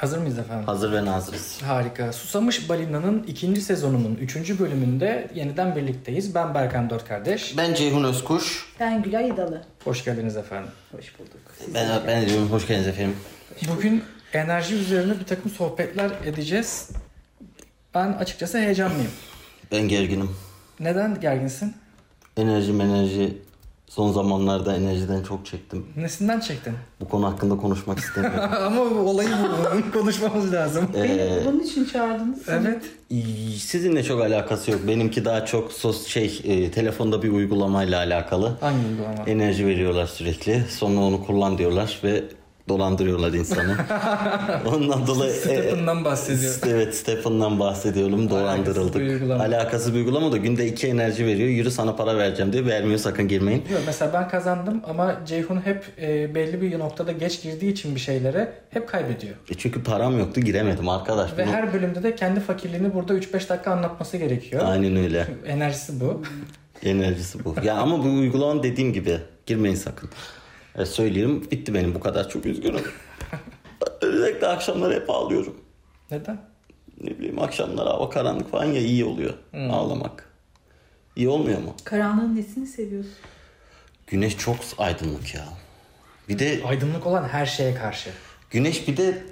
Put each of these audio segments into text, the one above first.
Hazır mıyız efendim? Hazır ve nazırız. Harika. Susamış Balina'nın 2. sezonunun 3. bölümünde yeniden birlikteyiz. Ben Berkan Dört Kardeş. Ben Ceyhun Özkuş. Ben Gülay İdalı. Hoş geldiniz efendim. Hoş bulduk. Ben de diyorum hoş geldiniz efendim. Bugün enerji üzerine bir takım sohbetler edeceğiz. Ben açıkçası heyecanlıyım. Ben gerginim. Neden gerginsin? Enerji. Son zamanlarda enerjiden çok çektim. Nesinden çektin? Bu konu hakkında konuşmak istemiyorum. Ama olayı bu. Konuşmamız lazım. Beni bunun için çağırdınız. Evet. Sizinle çok alakası yok. Benimki daha çok telefonda bir uygulamayla alakalı. Hangi uygulama? Enerji veriyorlar sürekli. Sonra onu kullan diyorlar ve dolandırıyorlar insanı. Ondan dolayı Stephen'dan bahsediyor. Evet, Stephen'dan bahsediyorum. Dolandırıldık. Alakası bir uygulama da günde 2 enerji veriyor. Yürü sana para vereceğim diye vermiyor, sakın girmeyin. Yok, mesela ben kazandım ama Ceyhun hep belli bir noktada geç girdiği için bir şeylere hep kaybediyor. Çünkü param yoktu, giremedim arkadaş. Ve her bölümde de kendi fakirliğini burada 3-5 dakika anlatması gerekiyor. Aynen öyle. Enerjisi bu. Enerjisi bu. Ya ama bu uygulamanın dediğim gibi girmeyin sakın. Söyleyeyim, bitti benim, bu kadar, çok üzgünüm. Özellikle akşamları hep ağlıyorum. Neden? Ne bileyim, akşamlar hava karanlık falan ya, iyi oluyor ağlamak. İyi olmuyor mu? Karanlığın nesini seviyorsun? Güneş çok aydınlık ya. Bir de Aydınlık olan her şeye karşı. güneş bir de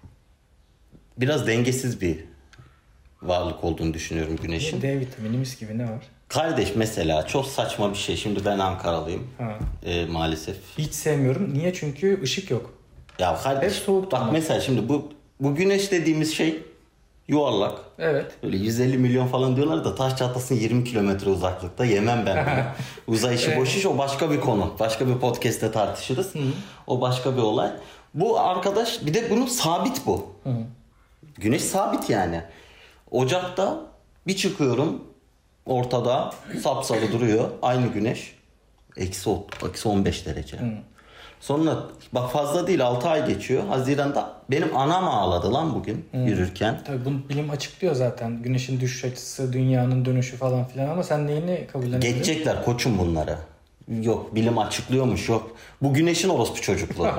biraz dengesiz bir varlık olduğunu düşünüyorum güneşin. D vitaminimiz gibi ne var? Kardeş mesela çok saçma bir şey. Şimdi ben Ankaralıyım. Maalesef. Hiç sevmiyorum. Niye? Çünkü ışık yok. Ya kardeş, hep soğuk bak mesela şimdi bu güneş dediğimiz şey yuvarlak. Evet. Böyle 150 milyon falan diyorlar da taş çatlasın 20 kilometre uzaklıkta. Yemem ben bunu. Uzay işi boş iş, o başka bir konu. Başka bir podcast'te tartışırız. O başka bir olay. Bu arkadaş bir de bunun sabit bu. Güneş sabit yani. Ocakta bir çıkıyorum, ortada sapsarı duruyor aynı güneş. Eksi 15 derece. Sonra bak fazla değil, 6 ay geçiyor. Haziran'da benim anam ağladı lan bugün yürürken. Tabii bunu bilim açıklıyor zaten. Güneşin düşüş açısı, dünyanın dönüşü falan filan, ama sen neyini kabul ediyorsun? Geçecekler koçum bunları. Yok, bilim açıklıyormuş, yok. Bu güneşin orospu çocukluğu.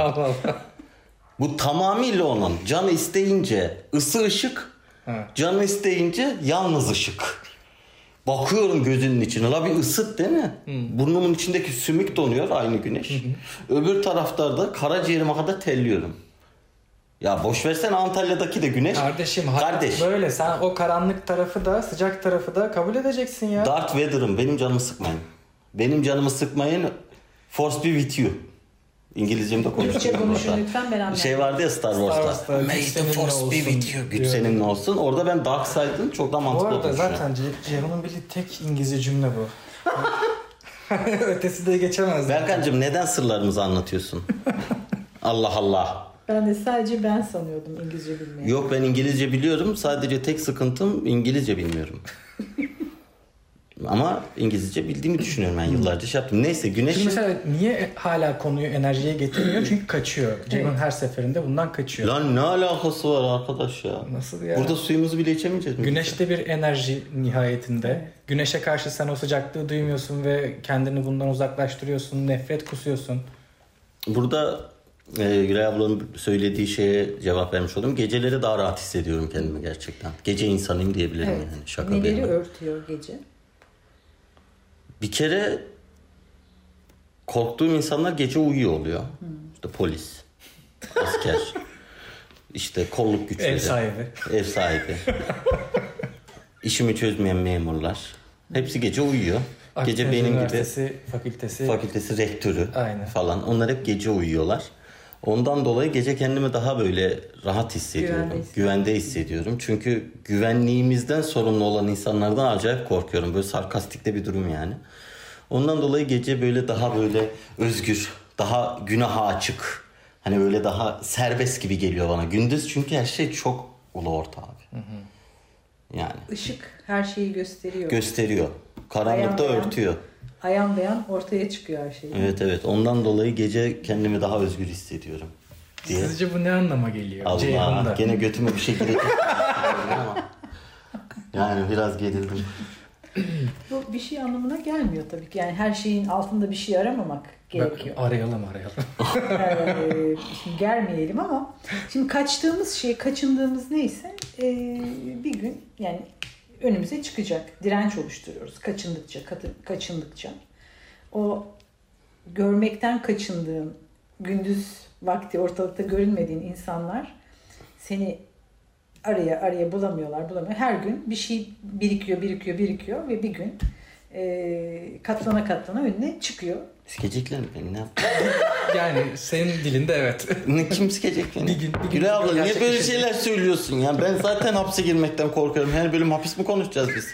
Bu tamamıyla onun. Canı isteyince ısı ışık, canı isteyince yalnız ışık. Bakıyorum gözünün içine. La bir ısıt değil mi? Burnumun içindeki sümük donuyor, aynı güneş. Öbür taraflarda karaciğerime kadar terliyorum. Ya boş versene Antalya'daki de güneş. Kardeşim Kardeş. Böyle sen o karanlık tarafı da sıcak tarafı da kabul edeceksin ya. Darth Vader'ım, benim canımı sıkmayın. Benim canımı sıkmayın. Force be with you. İngilizcemde konuşuyorum. Türkçe konuşun lütfen, ben anlayayım. Şey vardı ya Star Wars'ta. May the force be with you. Güç seninle olsun. Orada ben Dark Side'ın çok daha mantıklı olduğunu Bu arada düşünüyorum. zaten Ceyhun'un bildiği tek İngilizce cümle bu. Ötesi de geçemez. Berkancığım, neden sırlarımızı anlatıyorsun? Allah Allah. Ben de sadece ben sanıyordum İngilizce bilmeyi. Yok, ben İngilizce biliyorum. Sadece tek sıkıntım İngilizce bilmiyorum. Ama İngilizce bildiğimi düşünüyorum, ben yıllarca şey yaptım. Neyse, güneş... Şimdi mesela niye hala konuyu enerjiye getirmiyor? Çünkü kaçıyor. Ceyhun her seferinde bundan kaçıyor. Lan ne alakası var arkadaş ya? Nasıl ya? Burada suyumuzu bile içemeyeceğiz mi? Güneş de bir enerji nihayetinde. Güneşe karşı sen o sıcaklığı duymuyorsun ve kendini bundan uzaklaştırıyorsun. Nefret kusuyorsun. Burada Gülay ablanın söylediği şeye cevap vermiş oldum. Geceleri daha rahat hissediyorum kendimi gerçekten. Gece insanıyım diyebilirim yani. Şaka Neleri bir yana. örtüyor gece? Bir kere korktuğum insanlar gece uyuyor oluyor. İşte polis, asker, işte kolluk güçleri. Ev sahibi. Ev sahibi. İşimi çözmeyen memurlar. Hepsi gece uyuyor. Gece Akdeniz benim gibi Üniversitesi fakültesi rektörü Aynen. falan. Onlar hep gece uyuyorlar. Ondan dolayı gece kendimi daha böyle rahat hissediyorum. Güvende hissediyorum. Çünkü güvenliğimizden sorumlu olan insanlardan acayip korkuyorum. Böyle sarkastik de bir durum yani. Ondan dolayı gece böyle daha böyle özgür, daha günaha açık. Hani öyle daha serbest gibi geliyor bana. Gündüz çünkü her şey çok ulu orta abi. Yani. Işık her şeyi gösteriyor. Gösteriyor. Karanlıkta örtüyor. Ayan beyan ortaya çıkıyor her şey. Evet. Ondan dolayı gece kendimi daha özgür hissediyorum diye. Sizce bu ne anlama geliyor? Allah, Ceyhun'da. gene götüme bir şey girecek. Ama yani biraz gerildim. Bu bir şey anlamına gelmiyor tabii ki. Yani her şeyin altında bir şey aramamak gerekiyor. Arayalım. Şimdi germeyelim ama şimdi kaçtığımız şey, kaçındığımız neyse bir gün yani önümüze çıkacak. Direnç oluşturuyoruz kaçındıkça. O görmekten kaçındığın, gündüz vakti ortalıkta görünmediğin insanlar seni araya bulamıyorlar. Her gün bir şey birikiyor ve bir gün katlana önüne çıkıyor. Sikecekler mi beni, ne yaptın? Yani senin dilinde evet. Kim sikecek beni? Bir gün Gülay abla niye gerçek böyle bir şey şeyler söylüyorsun ya? Ben zaten hapse girmekten korkuyorum. Her bölüm hapis mi konuşacağız biz?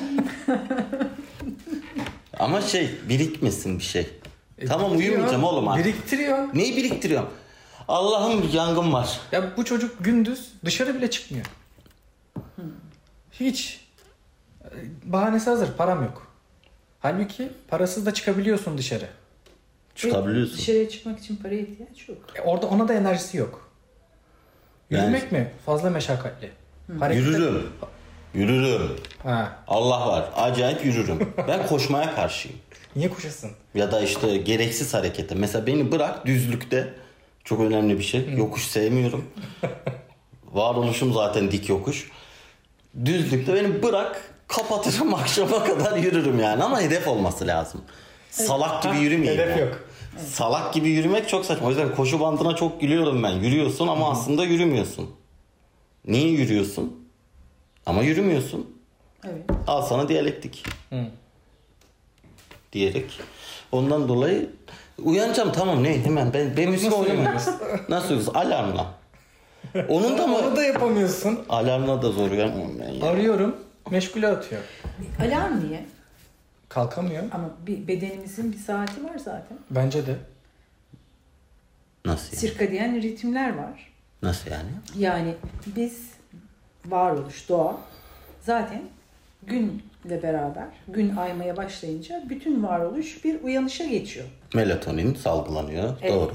Ama birikmesin bir şey. Tamam, uyumayacağım oğlum artık. Biriktiriyor. Neyi biriktiriyorum? Allah'ım, bir yangın var. Ya bu çocuk gündüz dışarı bile çıkmıyor. Hiç. Bahanesi hazır, param yok. Halbuki parasız da çıkabiliyorsun dışarı. Çıkabiliyorsun. Dışarıya çıkmak için paraya ihtiyaç yok. Orada ona da enerjisi yok. Yürümek mi? Fazla meşakkatli. Yürürüm. Ha. Allah var. Acayip yürürüm. Ben koşmaya karşıyım. Niye koşasın? Ya da gereksiz harekete. Mesela beni bırak düzlükte. Çok önemli bir şey. Yokuş sevmiyorum. Varoluşum zaten dik yokuş. Düzlükte beni bırak, kapatırım, akşama kadar yürürüm yani. Ama hedef olması lazım. Salak gibi yürümeyeyim. Hedef yani. yok. Salak gibi yürümek çok saçma. O yüzden koşu bandına çok gülüyorum ben. Yürüyorsun ama aslında yürümüyorsun. Niye yürüyorsun? Ama yürümüyorsun. Evet. Al sana diyalektik. Diyerek. Ondan dolayı uyanacağım, tamam, ne hemen benim üstüme oynamayın. Nasıl uyuyorsun? Alarmla. Onu da yapamıyorsun. Alarmla da zor uyanmam ben ya. Arıyorum, meşgule atıyor. Alarm niye? Kalkamıyor. Ama bedenimizin bir saati var zaten. Bence de. Nasıl yani? Sirkadiyen ritimler var. Nasıl yani? Yani biz varoluş, doğa zaten günle beraber gün aymaya başlayınca bütün varoluş bir uyanışa geçiyor. Melatonin salgılanıyor. Doğru.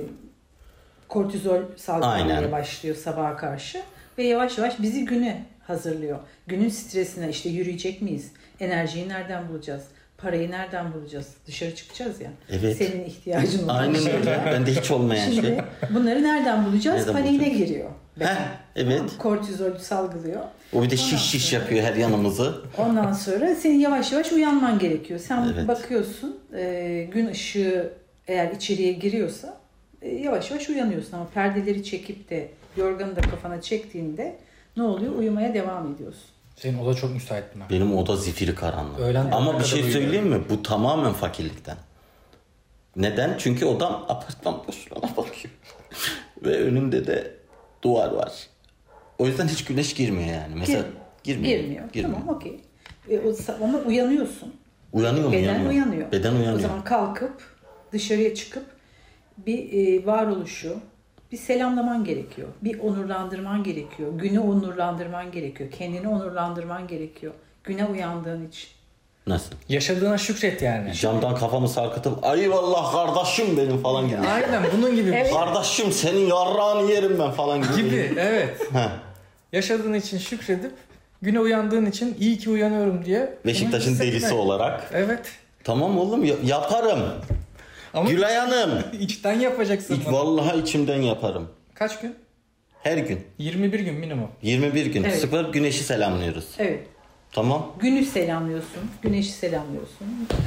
Kortizol salgılanmaya Aynen. başlıyor sabaha karşı ve yavaş yavaş bizi güne hazırlıyor. Günün stresine, işte yürüyecek miyiz? Enerjiyi nereden bulacağız? Parayı nereden bulacağız? Dışarı çıkacağız ya. Evet. Senin ihtiyacın olan Aynen şeyler. öyle. Bende hiç olmayan şey. Şimdi bunları nereden bulacağız? Nereden Paniğine bulacağız? giriyor. Evet. Kortizol salgılıyor. O bir de şiş yapıyor her yanımızı. Ondan sonra senin yavaş yavaş uyanman gerekiyor. Sen Evet. bakıyorsun, gün ışığı eğer içeriye giriyorsa yavaş yavaş uyanıyorsun. Ama perdeleri çekip de yorganı da kafana çektiğinde ne oluyor? Uyumaya devam ediyorsun. Senin oda çok müsait buna. Benim oda zifiri karanlık. Öğlen Ama bir kadar şey uyuyor. söyleyeyim mi? Bu tamamen fakirlikten. Neden? Çünkü odam apartman boşluğuna bakıyor. Ve önünde de duvar var. O yüzden hiç güneş girmiyor yani. Mesela girmiyor. Tamam, okey. Ama uyanıyorsun. Uyanıyor mu? Beden uyanıyor. Beden uyanıyor. O zaman kalkıp dışarıya çıkıp bir varoluşu bir selamlaman gerekiyor. Bir onurlandırman gerekiyor. Günü onurlandırman gerekiyor. Kendini onurlandırman gerekiyor. Güne uyandığın için. Nasıl? Yaşadığına şükret yani. Camdan kafamı sarkıtıp eyvallah kardeşim benim falan gibi. Aynen bunun gibi. Evet. Kardeşim senin yarrağını yerim ben falan gibi. Gibi evet. Heh. Yaşadığın için şükredip güne uyandığın için iyi ki uyanıyorum diye. Beşiktaş'ın bunu hissetmek. delisi olarak. Evet. Tamam oğlum yaparım. Ama Gülay Hanım. içten yapacaksın bunu. Vallahi içimden yaparım. Kaç gün? Her gün. 21 gün minimum. 21 gün. Evet. Sıfır güneşi selamlıyoruz. Evet. Tamam. Günü selamlıyorsun. Güneşi selamlıyorsun.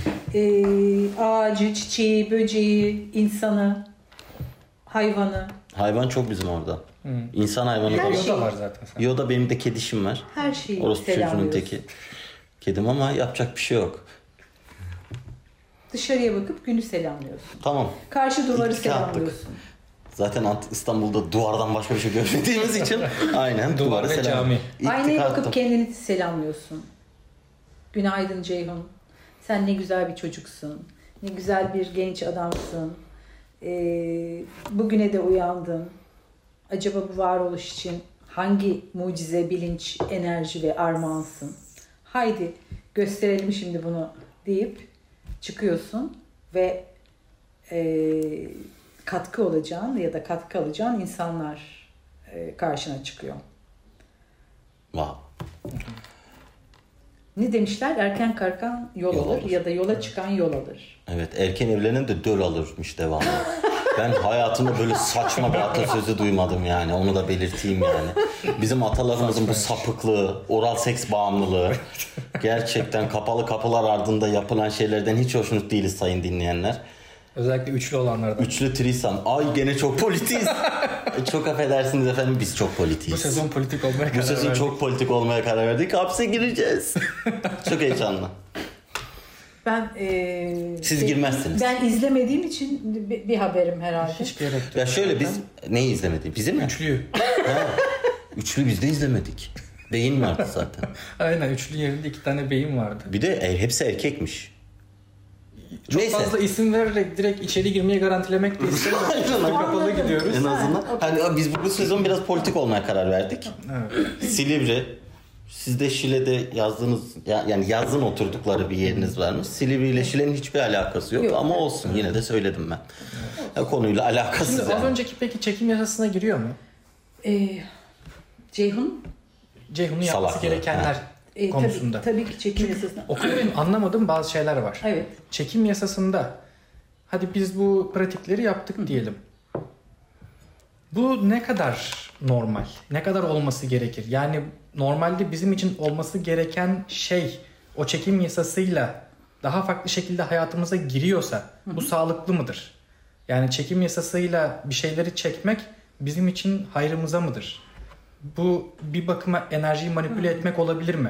Ağacı, çiçeği, böceği, insanı, hayvanı. Hayvan çok bizim orada. İnsan hayvanı Her da şey. O da var zaten. Sen. Yoda benim de kedişim var. Her şeyi Orası çocuğunun selamlıyorsun. teki. Kedim ama yapacak bir şey yok. Dışarıya bakıp günü selamlıyorsun. Tamam. Karşı duvarı İttika attık. selamlıyorsun. Zaten İstanbul'da duvardan başka bir şey görmediğimiz için aynen Duvar duvarı ve selam. cami. İttika Aynaya bakıp attım. kendini selamlıyorsun. Günaydın Ceyhun. Sen ne güzel bir çocuksun. Ne güzel bir genç adamsın. Bugüne de uyandın. Acaba bu varoluş için hangi mucize, bilinç, enerji ve armağansın? Haydi gösterelim şimdi bunu deyip çıkıyorsun ve katkı olacağın ya da katkı alacağın insanlar karşına çıkıyor. Wow. Ne demişler? Erken kalkan yol alır ya da yola çıkan yol alır. Evet, erken evlenen de döl alırmış devamlı. Ben hayatımda böyle saçma bir atasözü duymadım yani. Onu da belirteyim yani. Bizim atalarımızın bu sapıklığı, oral seks bağımlılığı, gerçekten kapalı kapılar ardında yapılan şeylerden hiç hoşnut değiliz sayın dinleyenler. Özellikle üçlü olanlardan. Üçlü trisam. Ay gene çok politiyiz. Çok affedersiniz efendim, biz çok politiyiz. Bu sezon politik olmaya karar verdik. Bu sezon çok politik olmaya karar verdik. Hapse gireceğiz. Çok heyecanlı. Ben Siz girmezsiniz. Ben izlemediğim için bir haberim herhalde. Hiçbir yere yok. Ya şöyle, biz neyi izlemedik? Bizi mi? Üçlüyü. Ha, üçlü biz de izlemedik. Beyin vardı zaten. Aynen, üçlü yerinde 2 tane beyin vardı. Bir de hepsi erkekmiş. Çok Neyse. fazla isim vererek direkt içeri girmeyi garantilemek de istemiyoruz. Kapalı gidiyoruz. En azından hani biz bu sezon biraz politik olmaya karar verdik. Evet. Silivri, siz de Şile'de yazdığınız, yani yazın oturdukları bir yeriniz varmış. Silivri ile Şile'nin hiçbir alakası yok, ama olsun, yine de söyledim ben. Ya, konuyla alakasız. Şimdi yani. az önceki peki çekim yasasına giriyor mu? Ceyhun? Ceyhun'un yapması Salaklığı. gerekenler konusunda. Tabii ki çekim yasasına. Okuyorum, anlamadığım bazı şeyler var. Evet. Çekim yasasında hadi biz bu pratikleri yaptık diyelim. Bu ne kadar normal? Ne kadar olması gerekir? Yani normalde bizim için olması gereken şey o çekim yasasıyla daha farklı şekilde hayatımıza giriyorsa bu sağlıklı mıdır? Yani çekim yasasıyla bir şeyleri çekmek bizim için hayrımıza mıdır? Bu bir bakıma enerjiyi manipüle etmek olabilir mi?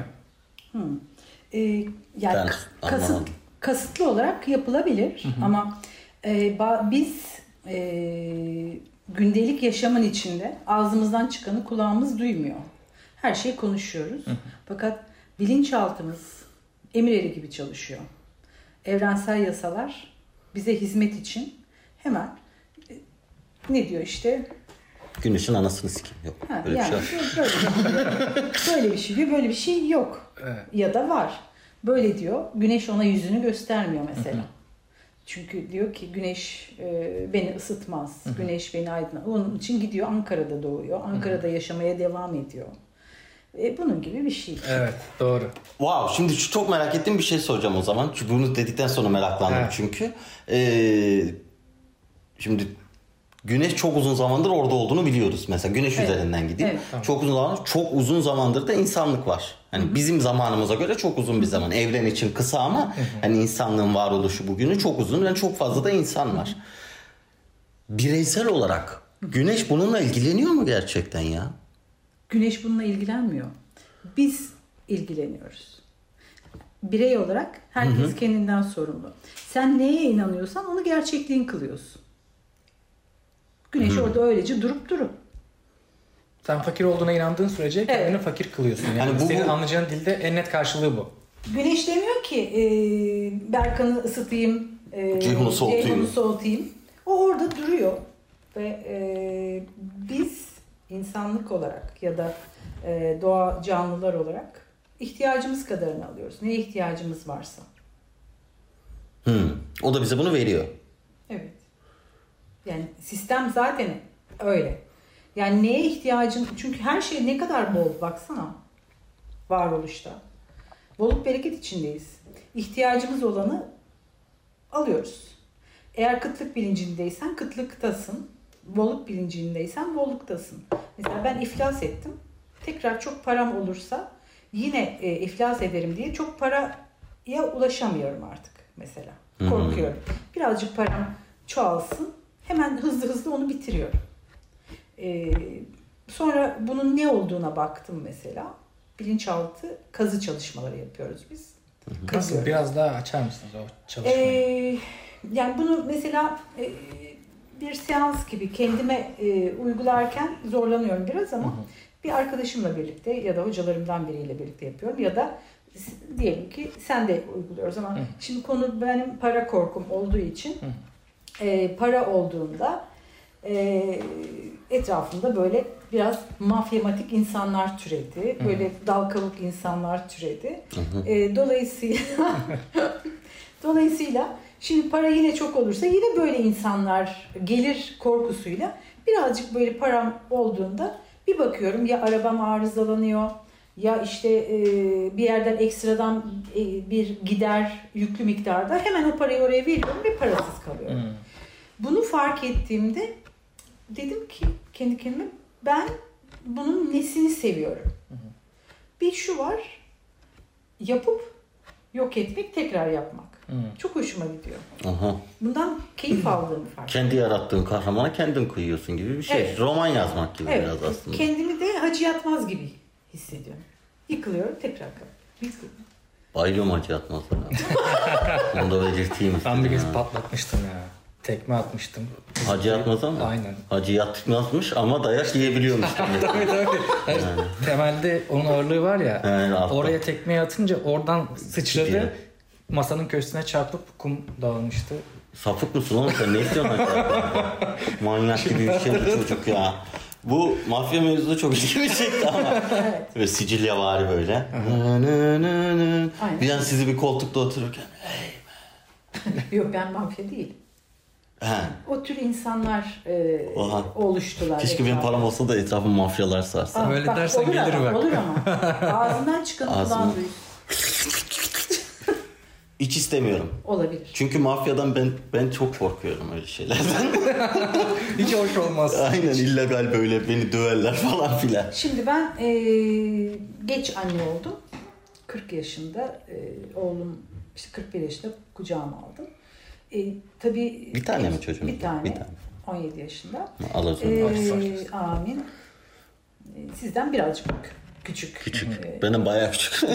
Yani anlamadım. kasıtlı olarak yapılabilir. Ama biz gündelik yaşamın içinde ağzımızdan çıkanı kulağımız duymuyor. Her şeyi konuşuyoruz. Fakat bilinçaltımız emireri gibi çalışıyor. Evrensel yasalar bize hizmet için hemen ne diyor işte? Güneşin anasını sikeyim. Yok. Böyle Yani bir şey var. böyle bir şey yok. Evet. Ya da var. Böyle diyor. Güneş ona yüzünü göstermiyor mesela. Çünkü diyor ki güneş beni ısıtmaz. Güneş beni aydınlatmaz. Onun için gidiyor Ankara'da doğuyor. Ankara'da yaşamaya devam ediyor. Bunun gibi bir şey. Evet, doğru. Wow, şimdi çok merak ettiğim bir şey soracağım o zaman. Çünkü bunu dedikten sonra meraklandım çünkü. Şimdi Güneş çok uzun zamandır orada olduğunu biliyoruz. Mesela Güneş üzerinden gideyim. Evet, tamam. Çok uzun zamandır da insanlık var. Hani bizim zamanımıza göre çok uzun bir zaman. Evren için kısa ama hani insanlığın varoluşu bugünü çok uzun. Yani çok fazla da insan var. Bireysel olarak Güneş bununla ilgileniyor mu gerçekten ya? Güneş bununla ilgilenmiyor. Biz ilgileniyoruz. Birey olarak herkes kendinden sorumlu. Sen neye inanıyorsan onu gerçekliğin kılıyorsun. Güneş orada öylece durup. Sen fakir olduğuna inandığın sürece kendini fakir kılıyorsun. Yani senin anlayacağın dilde en net karşılığı bu. Güneş demiyor ki Berkan'ı ısıtayım, Ceyhun'u soğutayım. O orada duruyor. Ve biz insanlık olarak ya da doğa canlılar olarak ihtiyacımız kadarını alıyoruz. Neye ihtiyacımız varsa. O da bize bunu veriyor. Evet. Yani sistem zaten öyle. Yani neye ihtiyacın... Çünkü her şey ne kadar bol baksana varoluşta. Bolluk bereket içindeyiz. İhtiyacımız olanı alıyoruz. Eğer kıtlık bilincindeysen kıtlıktasın. Bolluk bilincindeysen bolluktasın. Mesela ben iflas ettim. Tekrar çok param olursa yine iflas ederim diye çok paraya ulaşamıyorum artık mesela. Korkuyorum. Birazcık param çoğalsın. Hemen hızlı onu bitiriyorum. Sonra bunun ne olduğuna baktım mesela. Bilinçaltı kazı çalışmaları yapıyoruz biz. Nasıl? Biraz daha açar mısınız o çalışmayı? Yani bunu mesela bir seans gibi kendime uygularken zorlanıyorum biraz ama bir arkadaşımla birlikte ya da hocalarımdan biriyle birlikte yapıyorum ya da diyelim ki sen de uyguluyoruz ama şimdi konu benim para korkum olduğu için para olduğunda etrafımda böyle biraz mafyamatik insanlar türedi. Böyle dal kavuk insanlar türedi. Dolayısıyla şimdi para yine çok olursa yine böyle insanlar gelir korkusuyla birazcık böyle param olduğunda bir bakıyorum ya arabam arızalanıyor ya işte bir yerden ekstradan bir gider yüklü miktarda hemen o parayı oraya veriyorum ve parasız kalıyorum. Bunu fark ettiğimde dedim ki kendi kendime ben bunun nesini seviyorum? Bir şu var, yapıp yok etmek, tekrar yapmak. Çok hoşuma gidiyor. Aha. Bundan keyif aldığımı fark Kendi yarattığın kahramana kendin kıyıyorsun gibi bir şey. Evet. Roman yazmak gibi Evet. biraz aslında. Kendimi de Hacı Yatmaz gibi hissediyorum. Yıkılıyorum, tekrar kalıyorum. Bayılıyorum Hacı Yatmaz'a. Onu da belirteyim. Ben bir kez Ha. patlatmıştım ya. Tekme atmıştım. Hacı Yatmaz'a mı? Aynen. Hacı Yatmazmış ama dayak yiyebiliyormuş. Tabii. Yani temelde onun ağırlığı var ya. Evet, altta. Oraya tekmeyi atınca oradan sıçradı. Gidiyor. Masanın köşesine çarpıp kum dağılmıştı. Sapık mısın oğlum sen, ne istiyorsun Hacı Yatmaz'dan? Manyak gibi bir şey bir çocuk ya. Bu mafya mevzusu çok ilgimi çekti ama. Ve Sicilyavari böyle. Bir an sizi bir koltukta otururken. Yok, ben mafya değilim. He. O tür insanlar Oha. oluştular. Keşke benim param olsa da etrafım mafyalar sarsa. Öyle dersen olur gelir ama, bak. Olur ama. Ağzından çıkan kulağın duysun. Hiç istemiyorum. Olabilir. Çünkü mafyadan ben çok korkuyorum öyle şeylerden. Hiç hoş olmaz. Aynen, illegal böyle beni döverler falan filan. Şimdi ben geç anne oldum. 40 yaşında oğlum işte 41 yaşında kucağıma aldım. Tabii Bir tane mi çocuğun? Bir tane. Bir tane. 17 yaşında. Alırız onu. Amin. Sizden birazcık küçük. Küçük. Benim bayağı küçük.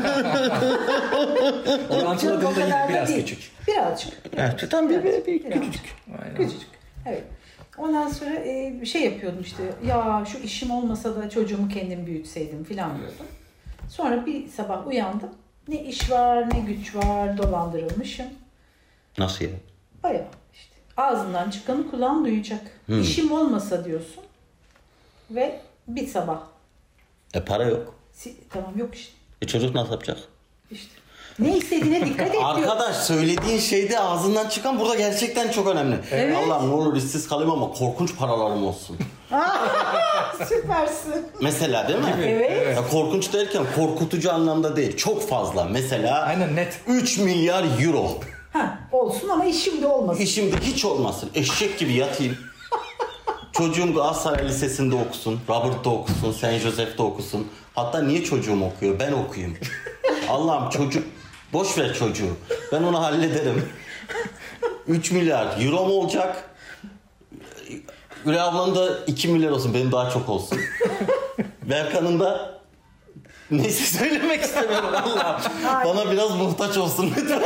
Orantıladığımda yine biraz değil. küçük. Birazcık. Evet, tam bir küçük. Aynen. Küçücük. Evet. Ondan sonra bir şey yapıyordum işte. Ya şu işim olmasa da çocuğumu kendim büyütseydim falan diyordum. Sonra bir sabah uyandım. Ne iş var, ne güç var, dolandırılmışım. Nasıl ya? Bayağı işte. Ağzından çıkanı kulağın duyacak. İşim olmasa diyorsun. Ve bir sabah. Para yok. Tamam, yok işte. Çocuk nasıl yapacak? İşte. Ne istediğine dikkat et diyor. Arkadaş, söylediğin şeyde ağzından çıkan burada gerçekten çok önemli. Evet. Allah'ım ne olur işsiz kalayım ama korkunç paralarım olsun. Süpersin. Mesela değil mi? Evet. Ya korkunç derken korkutucu anlamda değil. Çok fazla. Mesela Aynen, net. 3 milyar euro. Olsun ama işim de olmasın. İşimde hiç olmasın. Eşek gibi yatayım. Çocuğum Galatasaray Lisesi'nde okusun. Robert'ta okusun. Saint Joseph'te okusun. Hatta niye çocuğum okuyor? Ben okuyayım. Allah'ım çocuk... Boş ver çocuğu. Ben onu hallederim. 3 milyar euro mu olacak? Gülay ablanın da 2 milyar olsun. Benim daha çok olsun. Berkan'ın da... Neyse söylemek istemiyorum Allah'ım. Bana biraz muhtaç olsun lütfen.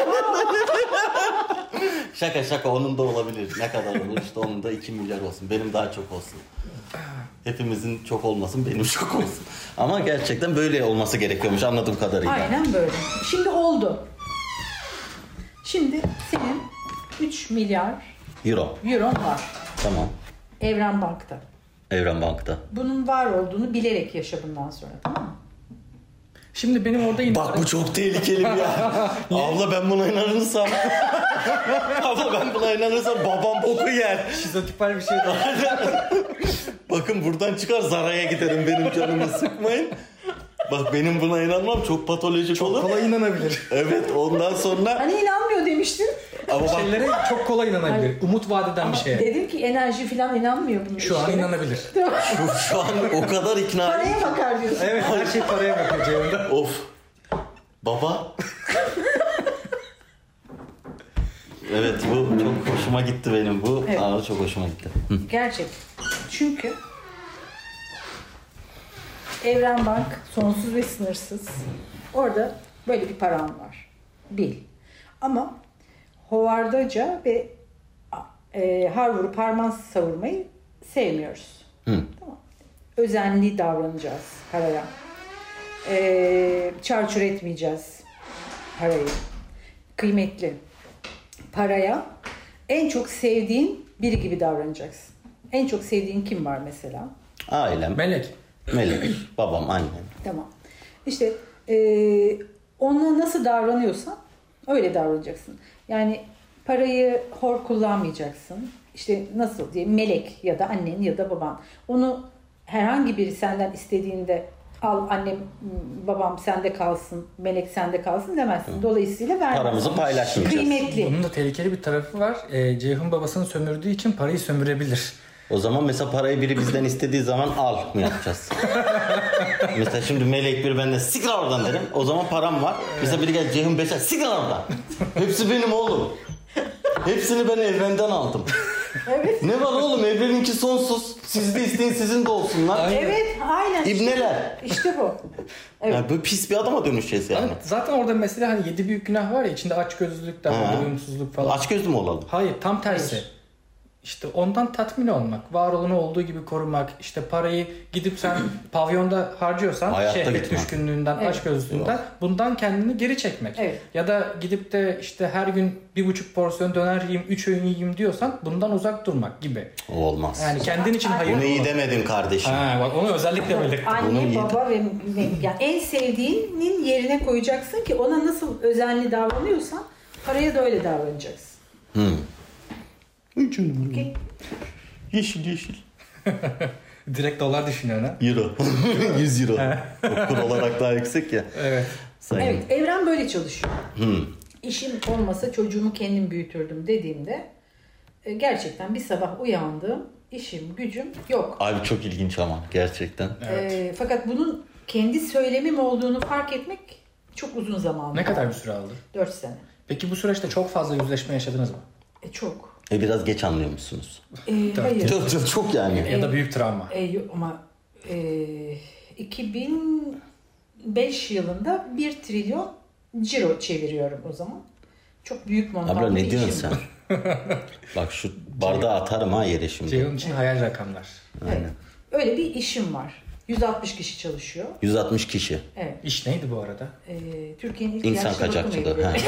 Şaka onun da olabilir. Ne kadar olur işte, onun da 2 milyar olsun. Benim daha çok olsun. Hepimizin çok olmasın, benim çok olsun. Ama gerçekten böyle olması gerekiyormuş anladığım kadarıyla. Aynen böyle. Şimdi oldu. Şimdi senin 3 milyar euron var. Tamam. Evren Bank'ta. Evren Bank'ta. Bunun var olduğunu bilerek yaşa bundan sonra, tamam mı? Şimdi benim orada yine... Bak bu çok tehlikeli bir yer. Abla ben buna inanırsam... Abla ben buna inanırsam babam boku yer. Şizotipal bir şey daha. Bakın buradan çıkar zaraya giderim, benim canımı sıkmayın. Bak benim buna inanmam çok patolojik olur. Kolay inanabilir. Evet, ondan sonra... Hani inanmıyor demiştin. Ama bak, Şeylere çok kolay inanabilir. Umut vaat eden bir şeye. Dedim ki enerji falan inanmıyor bunun Şu an işlere. inanabilir. şu an o kadar ikna... Paraya bakar diyorsun. Evet, her şey paraya bakıyor cebimde. Of. Baba. Evet, bu çok hoşuma gitti benim bu. Evet. Aa, çok hoşuma gitti. Gerçek. Çünkü Evren Bank sonsuz ve sınırsız. Orada böyle bir param var. Bil. Ama hovardaca ve har vurup parmağı savurmayı sevmiyoruz. Tamam. Özenli davranacağız paraya. Çarçur etmeyeceğiz parayı. Kıymetli. Paraya en çok sevdiğin biri gibi davranacaksın. En çok sevdiğin kim var mesela? Ailem. Melek. Melek. Babam, annem. Tamam. İşte ona nasıl davranıyorsan öyle davranacaksın. Yani parayı hor kullanmayacaksın. İşte nasıl diye melek ya da annen ya da baban. Onu herhangi biri senden istediğinde al annem babam sende kalsın, Melek sende kalsın demezsin. Dolayısıyla vermez. Paramızı paylaşmayacağız. Kıymetli. Bunun da tehlikeli bir tarafı var. Ceyhun babasını sömürdüğü için parayı sömürebilir. O zaman mesela parayı biri bizden istediği zaman al mı yapacağız? Mesela şimdi Melek bir benden siktir oradan derim. O zaman param var. Mesela biri gel Ceyhun Beşer siktir oradan. Hepsi benim oğlum. Hepsini ben evrenden aldım. Evet. Ne var oğlum, evreninki sonsuz. Siz de isteyin, sizin de olsunlar. Aynen. Evet, aynen. İbneler. İşte bu. Evet. Yani böyle pis bir adama dönüşeceğiz yani. Zaten orada mesela hani 7 büyük günah var ya, içinde açgözlülük de var, doyumsuzluk falan. Açgözlü mü olalım? Hayır, tam tersi. Hayır. İşte ondan tatmin olmak, var olanı olduğu gibi korumak, işte parayı gidip sen pavyonda harcıyorsan Hayatta şehvet gitmem. düşkünlüğünden, Evet. açgözlülüğünden bundan kendini geri çekmek. Evet. Ya da gidip de işte her gün 1,5 porsiyon döner yiyeyim, 3 öğün yiyeyim diyorsan bundan uzak durmak gibi. O olmaz. Yani kendin için hayır. Bunu iyi demedin kardeşim. Ha, bak onu özellikle belirttim. Bunu Anne, iyi baba ve yani en sevdiğinin yerine koyacaksın ki ona nasıl özenli davranıyorsan paraya da öyle davranacaksın. Okay. Yeşil yeşil. Direkt dolar düşünüyorsun ha. Euro. 100 euro. O kur olarak daha yüksek ya. Evet. Sayın. Evet, evren böyle çalışıyor. İşim olmasa çocuğumu kendim büyütürdüm dediğimde gerçekten bir sabah uyandım, işim, gücüm yok. Abi çok ilginç ama gerçekten. Fakat bunun kendi söylemim olduğunu fark etmek çok uzun zaman. Ne kadar bir süre aldı? 4 sene. Peki bu süreçte çok fazla yüzleşme yaşadınız mı? Çok. Biraz geç anlıyor musunuz? Hayır. Çok yani. Ya da büyük travma. Ama 2005 yılında 1 trilyon ciro çeviriyorum o zaman. Çok büyük montanlı Abla bir ne diyorsun işim sen? var. Bak şu bardağı atarım ha yere şimdi. Ceyhun için hayal rakamlar. Evet. Öyle bir işim var. 160 kişi çalışıyor. 160 kişi. Evet. İş neydi bu arada? Türkiye'nin ilk İnsan yaşlı bakım kaçakçılığı. evleri.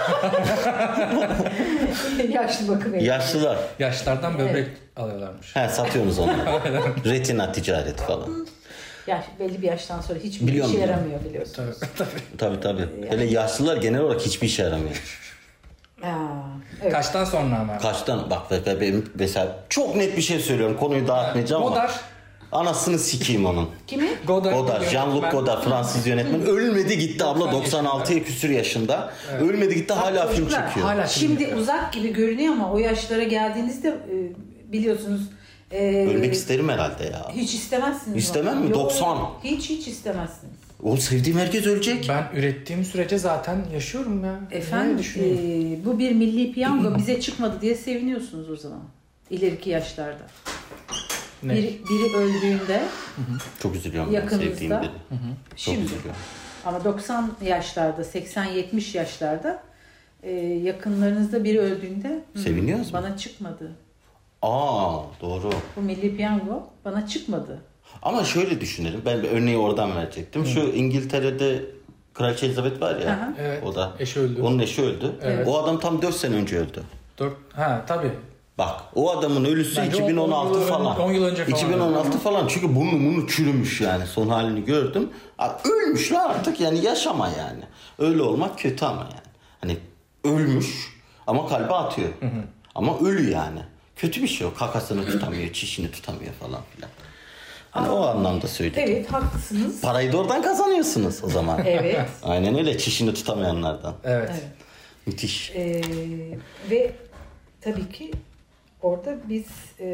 Yaşlı bakım evleri. Yaşlılar. Yaşlardan böbrek alıyorlarmış. He satıyorsunuz onu. Retina ticareti falan. Belli bir yaştan sonra hiçbir Biliyorum, işe biliyorum. yaramıyor biliyorsunuz. Tabii. Hele yaşlılar genel olarak hiçbir işe yaramıyor. Evet. Kaçtan sonra ama? Kaçtan? Bak benim mesela çok net bir şey söylüyorum. Konuyu dağıtmayacağım ama. Godard. Anasını sikeyim onun. Kimi? Godard, Jean-Luc Godard, Fransız yönetmen. Ölmedi gitti abla 96 küsür yaşında. Evet. Ölmedi gitti hala film Çocuklar, çekiyor. Hala film Şimdi yapıyor. uzak gibi görünüyor ama o yaşlara geldiğinizde biliyorsunuz Ölmek isterim herhalde ya. hiç istemezsiniz. İstemem mi? Yok, 90. Hiç istemezsiniz. Oğlum sevdiğim herkes ölecek. Ben ürettiğim sürece zaten yaşıyorum ya. Efendim Ne düşünüyorum? bu bir milli piyango bize çıkmadı diye seviniyorsunuz o zaman. İleriki yaşlarda. Ne? Biri öldüğünde Çok üzülüyorum yakınızda. ben sevdiğim biri. Çok Şimdi. üzülüyorum. Ama 90 yaşlarda, 80-70 yaşlarda yakınlarınızda biri öldüğünde Seviniyoruz mu? bana çıkmadı. Doğru. Bu milli piyango bana çıkmadı. Ama şöyle düşünelim. Ben bir örneği oradan verecektim. Şu İngiltere'de Kraliçe Elizabeth var ya. Aha. Evet. O da. Eşi öldü. Onun eşi öldü. Evet. O adam tam 4 sene önce öldü. Tabii. Bak o adamın ölüsü Bence 2016 10 yıl falan. 10 yıl önce falan. 2016 falan çünkü burnu çürümüş yani son halini gördüm. Ölmüş lan artık yani yaşama yani. Öyle olmak kötü ama yani. Hani ölmüş ama kalbi atıyor. Ama ölü yani. Kötü bir şey o. Kakasını tutamıyor, çişini tutamıyor falan filan. Hani o anlamda söyledim. Evet haklısınız. Parayı da oradan kazanıyorsunuz o zaman. Evet. Aynen öyle çişini tutamayanlardan. Evet. Evet. Müthiş. Ve tabii ki orada biz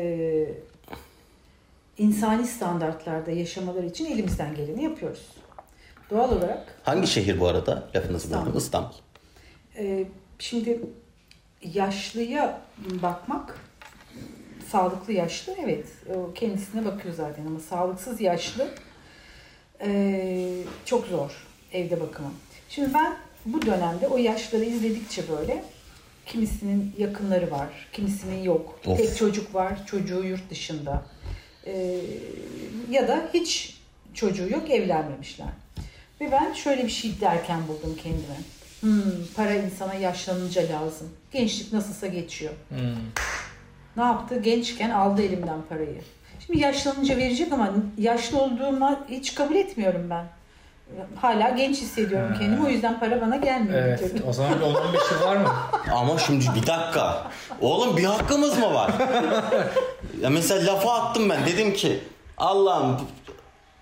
insani standartlarda yaşamaları için elimizden geleni yapıyoruz. Doğal olarak Hangi şehir bu arada? Lafınızı böldüm. İstanbul. şimdi yaşlıya bakmak, sağlıklı yaşlı evet o kendisine bakıyor zaten ama sağlıksız yaşlı çok zor evde bakımı. Şimdi ben bu dönemde o yaşları izledikçe böyle kimisinin yakınları var, kimisinin yok. Of. Tek çocuk var, çocuğu yurt dışında. Ya da hiç çocuğu yok, evlenmemişler. Ve ben şöyle bir şey derken buldum kendime. Para insana yaşlanınca lazım. Gençlik nasılsa geçiyor. Ne yaptı? Gençken aldı elimden parayı. Şimdi yaşlanınca verecek ama yaşlı olduğumu hiç kabul etmiyorum ben. Hala genç hissediyorum kendimi. O yüzden para bana gelmiyor. Evet. O zaman bir 15 yıl var mı? Ama şimdi bir dakika. Oğlum bir hakkımız mı var? Ya mesela lafa attım ben. Dedim ki Allah'ım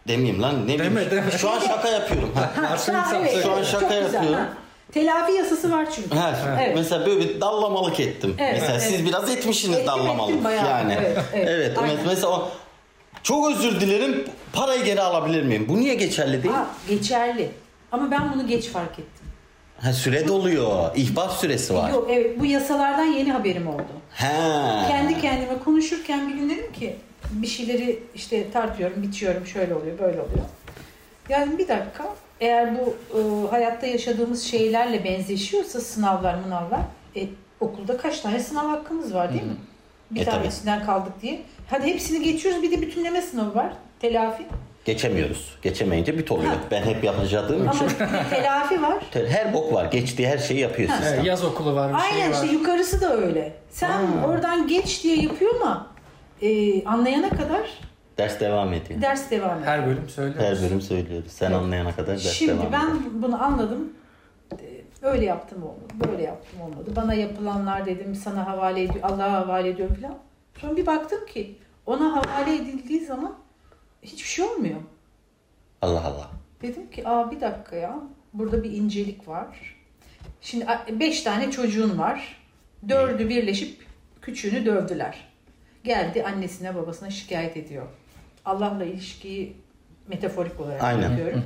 Demeyeyim lan, ne bileyim. Deme. Şu an şaka yapıyorum. Evet, Şu an şaka çok güzel. yapıyorum. Telafi yasası var çünkü. Evet. Mesela böyle bir dallamalık ettim. Evet, Mesela siz biraz etmişsiniz dallamalık. bayağı. Yani. Evet. Mesela o, çok özür dilerim, parayı geri alabilir miyim? Bu niye geçerli değil? Geçerli. Ama ben bunu geç fark ettim. Süre doluyor. İhbar süresi var. Yok, evet, bu yasalardan yeni haberim oldu. He. Kendi kendime konuşurken bir gün dedim ki bir şeyleri işte tartıyorum, bitiyorum, şöyle oluyor, böyle oluyor. Yani bir dakika, eğer bu hayatta yaşadığımız şeylerle benzeşiyorsa sınavlar, okulda kaç tane sınav hakkımız var değil mi? Bir tanesinden kaldık diye. Hadi hepsini geçiyoruz, bir de bütünleme sınavı var, telafi. Geçemiyoruz. Geçemeyince bit oluyor. Ben hep yapacağım için. Ama telafi var. Her bok var. Geçtiği her şeyi yapıyor sistem. Evet, yaz okulu var, bir Aynen şey var. işte yukarısı da öyle. Sen oradan geç diye yapıyor ama anlayana kadar Ders devam ediyor. ders devam ediyor. Her bölüm söylüyoruz. Her bölüm söylüyoruz. Sen anlayana kadar ders Şimdi devam ediyor. ben bunu anladım. Öyle yaptım olmadı. Böyle yaptım olmadı. Bana yapılanlar dedim sana havale ediyor, Allah'a havale ediyorum falan. Sonra bir baktım ki ona havale edildiği zaman hiçbir şey olmuyor. Allah Allah. Dedim ki bir dakika ya. Burada bir incelik var. Şimdi 5 tane çocuğun var. 4'ü birleşip küçüğünü dövdüler. Geldi annesine babasına şikayet ediyor. Allah'la ilişkiyi metaforik olarak anlatıyorum.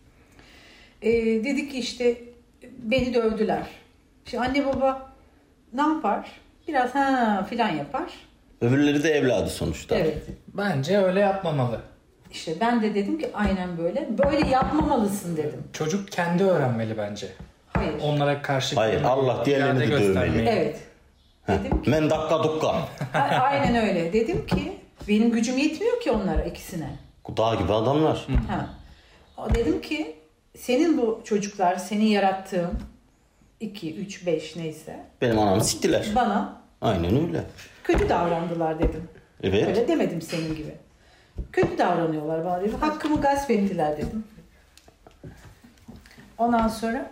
Dedi ki işte beni dövdüler. Şimdi anne baba ne yapar? Biraz filan yapar. Öbürleri de evladı sonuçta. Evet. Bence öyle yapmamalı. İşte ben de dedim ki aynen böyle. Böyle yapmamalısın dedim. Çocuk kendi öğrenmeli bence. Hayır. Onlara karşı Hayır, Allah diğerlerini de dövmeli. Evet. Dedim ki Men dakika dukka. aynen öyle. Dedim ki benim gücüm yetmiyor ki onlara ikisine. Dağ gibi adamlar. Dedim ki senin bu çocuklar, senin yarattığın 2, 3, 5 neyse Benim anamı siktiler. bana Aynen öyle. kötü davrandılar dedim. Evet. Öyle demedim senin gibi. Kötü davranıyorlar bana dedim. Hakkımı gasp ettiler dedim. Ondan sonra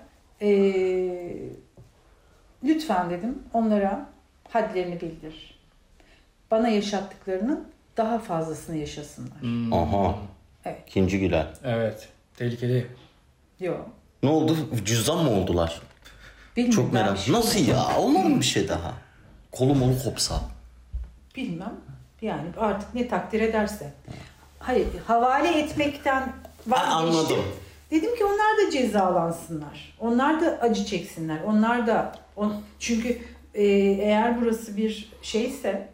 lütfen dedim onlara hadlerini bildir. Bana yaşattıklarının daha fazlasını yaşasınlar. Aha. Evet. İkinci gülen. Evet. Tehlikeli. Yok. Ne oldu? Cüzdan mı oldular? Bilmiyorum, Çok ben merak. bir şey Nasıl ya? Olmaz mı bir şey daha? Kolu molu kopsa. bilmem. Yani artık ne takdir ederse. Hayır, havale etmekten vazgeçtim. Anladım. Dedim ki onlar da cezalansınlar. Onlar da acı çeksinler. Onlar da çünkü eğer burası bir şeyse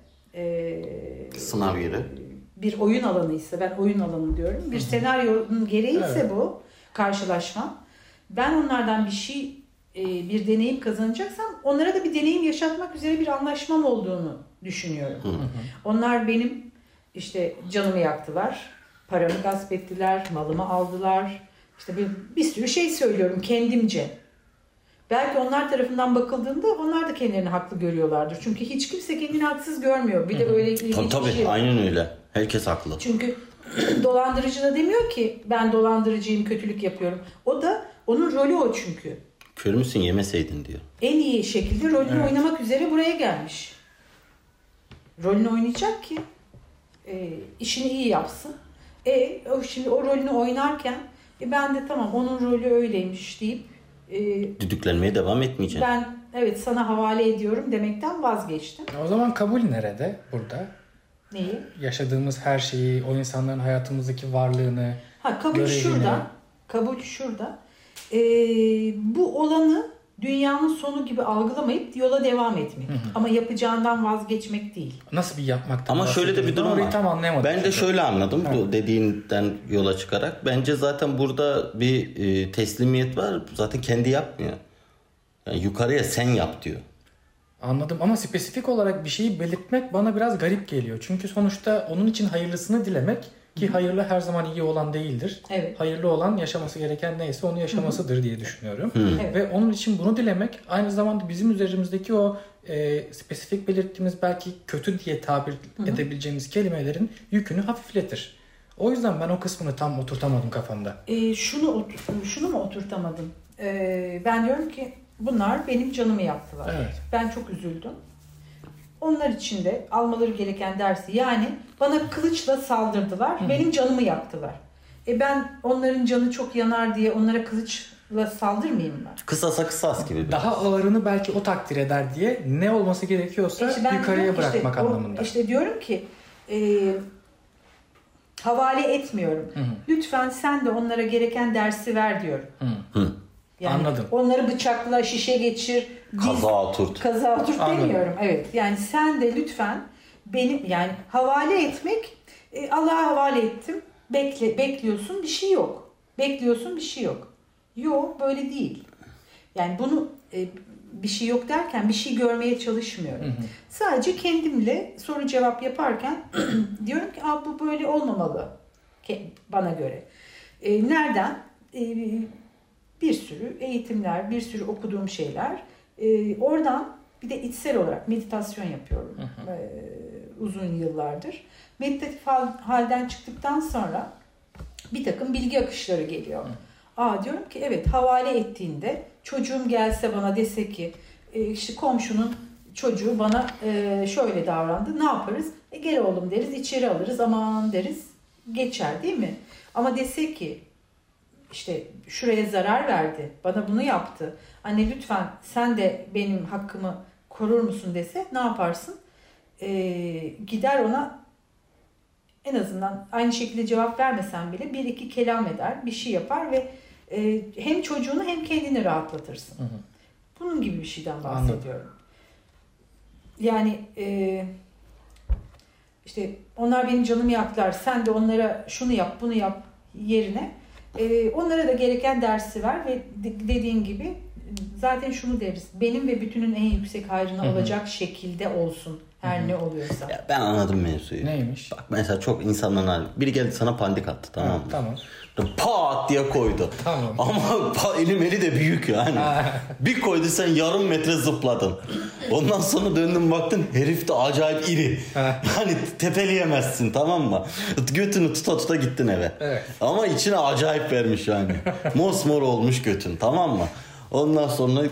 Sınav yeri. bir oyun alanıysa, ben oyun alanı diyorum. Bir senaryonun gereğiyse bu karşılaşma. Ben onlardan bir deneyim kazanacaksam onlara da bir deneyim yaşatmak üzere bir anlaşmam olduğunu düşünüyorum. Onlar benim işte canımı yaktılar, paramı gasp ettiler, malımı aldılar. İşte bir sürü şey söylüyorum kendimce. Belki onlar tarafından bakıldığında onlar da kendilerini haklı görüyorlardır. Çünkü hiç kimse kendini haksız görmüyor. Bir de öyle ilginç bir Tabii şey. aynen öyle. Herkes haklı. Çünkü dolandırıcı da demiyor ki ben dolandırıcıyım, kötülük yapıyorum. O da onun rolü o çünkü. Kör müsün yemeseydin diyor. En iyi şekilde rolünü oynamak üzere buraya gelmiş. Rolünü oynayacak ki işini iyi yapsın. Şimdi o rolünü oynarken ben de tamam onun rolü öyleymiş deyip Düdüklenmeye devam etmeyeceksin. ben evet sana havale ediyorum demekten vazgeçtim. O zaman kabul nerede burada? Neyi? Yaşadığımız her şeyi, o insanların hayatımızdaki varlığını, Kabul görevini. şurada. Kabul şurada. Bu olanı dünyanın sonu gibi algılamayıp yola devam etmek. Ama yapacağından vazgeçmek değil. Nasıl bir yapmaktan Ama şöyle de bir durum Orayı var. tam anlayamadım. Ben de çünkü. şöyle anladım bu dediğinden yola çıkarak. Bence zaten burada bir teslimiyet var. Zaten kendi yapmıyor. Yani yukarıya sen yap diyor. Anladım ama spesifik olarak bir şeyi belirtmek bana biraz garip geliyor. Çünkü sonuçta onun için hayırlısını dilemek ki hayırlı her zaman iyi olan değildir. Evet. Hayırlı olan yaşaması gereken neyse onu yaşamasıdır diye düşünüyorum. Evet. Ve onun için bunu dilemek aynı zamanda bizim üzerimizdeki o spesifik belirttiğimiz belki kötü diye tabir edebileceğimiz kelimelerin yükünü hafifletir. O yüzden ben o kısmını tam oturtamadım kafamda. Şunu mu oturtamadım? Ben diyorum ki bunlar benim canımı yaktılar. Evet. Ben çok üzüldüm. Onlar için de almaları gereken dersi yani bana kılıçla saldırdılar. Benim canımı yaktılar. Ben onların canı çok yanar diye onlara kılıçla saldırmayayım mı? Kısasa kısas gibi. Daha ağırını belki o takdir eder diye ne olması gerekiyorsa yukarıya bırakmak anlamında. İşte diyorum ki havale etmiyorum. Lütfen sen de onlara gereken dersi ver diyorum. Yani anladım. onları bıçakla, şişe geçir, kaza oturt demiyorum. Evet. Yani sen de lütfen benim, yani havale etmek, Allah'a havale ettim. Bekliyorsun, bir şey yok. Bekliyorsun, bir şey yok. Yok, böyle değil. Yani bunu bir şey yok derken bir şey görmeye çalışmıyorum. Sadece kendimle soru cevap yaparken diyorum ki bu böyle olmamalı bana göre. Nereden? Bir sürü eğitimler, bir sürü okuduğum şeyler. Oradan bir de içsel olarak meditasyon yapıyorum uzun yıllardır. Meditatif halden çıktıktan sonra bir takım bilgi akışları geliyor. Diyorum ki evet, havale ettiğinde çocuğum gelse bana dese ki işte komşunun çocuğu bana şöyle davrandı, ne yaparız? Gel oğlum deriz, içeri alırız, aman deriz, geçer değil mi? Ama dese ki işte şuraya zarar verdi, bana bunu yaptı, anne lütfen sen de benim hakkımı korur musun dese ne yaparsın? Gider ona en azından aynı şekilde cevap vermesen bile bir iki kelam eder, bir şey yapar ve hem çocuğunu hem kendini rahatlatırsın. Bunun gibi bir şeyden bahsediyorum. Anladım. Yani işte onlar benim canımı yaklar, sen de onlara şunu yap, bunu yap yerine onlara da gereken dersi ver ve dediğin gibi zaten şunu deriz, benim ve bütünün en yüksek hayrına olacak şekilde olsun. Her ne oluyorsa. Ya ben anladım mevzuyu. Neymiş? Bak mesela çok insanların biri geldi sana pandik attı, tamam mı? Tamam. Pat diye koydu. Tamam. Ama eli de büyük yani. Bir koydu, sen yarım metre zıpladın. Ondan sonra döndün baktın herif de acayip iri. Yani tepeleyemezsin, tamam mı? Götünü tuta gittin eve. Evet. Ama içine acayip vermiş yani. Mosmor olmuş götün, tamam mı? Ondan sonra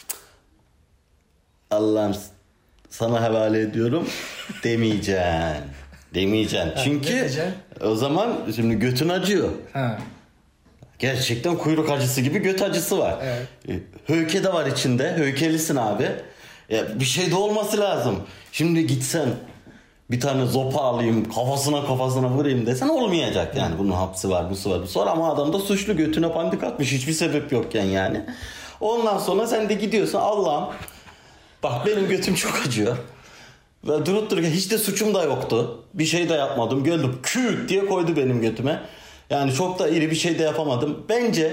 Allah'ım sana havale ediyorum demeyeceksin. Çünkü o zaman şimdi götün acıyor. Gerçekten kuyruk acısı gibi göt acısı var. Evet. Höyke de var içinde. Höykelisin abi. Bir şey de olması lazım. Şimdi gitsen bir tane zopa alayım kafasına vurayım desen olmayacak yani. Bunun hapsi var, busu var, busu var. Ama adam da suçlu, götüne pandik atmış. Hiçbir sebep yokken yani. Ondan sonra sen de gidiyorsun, Allah'ım bak benim götüm çok acıyor. Ve durup dururken hiç de suçum da yoktu. Bir şey de yapmadım. Geldim küt diye koydu benim götüme. Yani çok da iri bir şey de yapamadım. Bence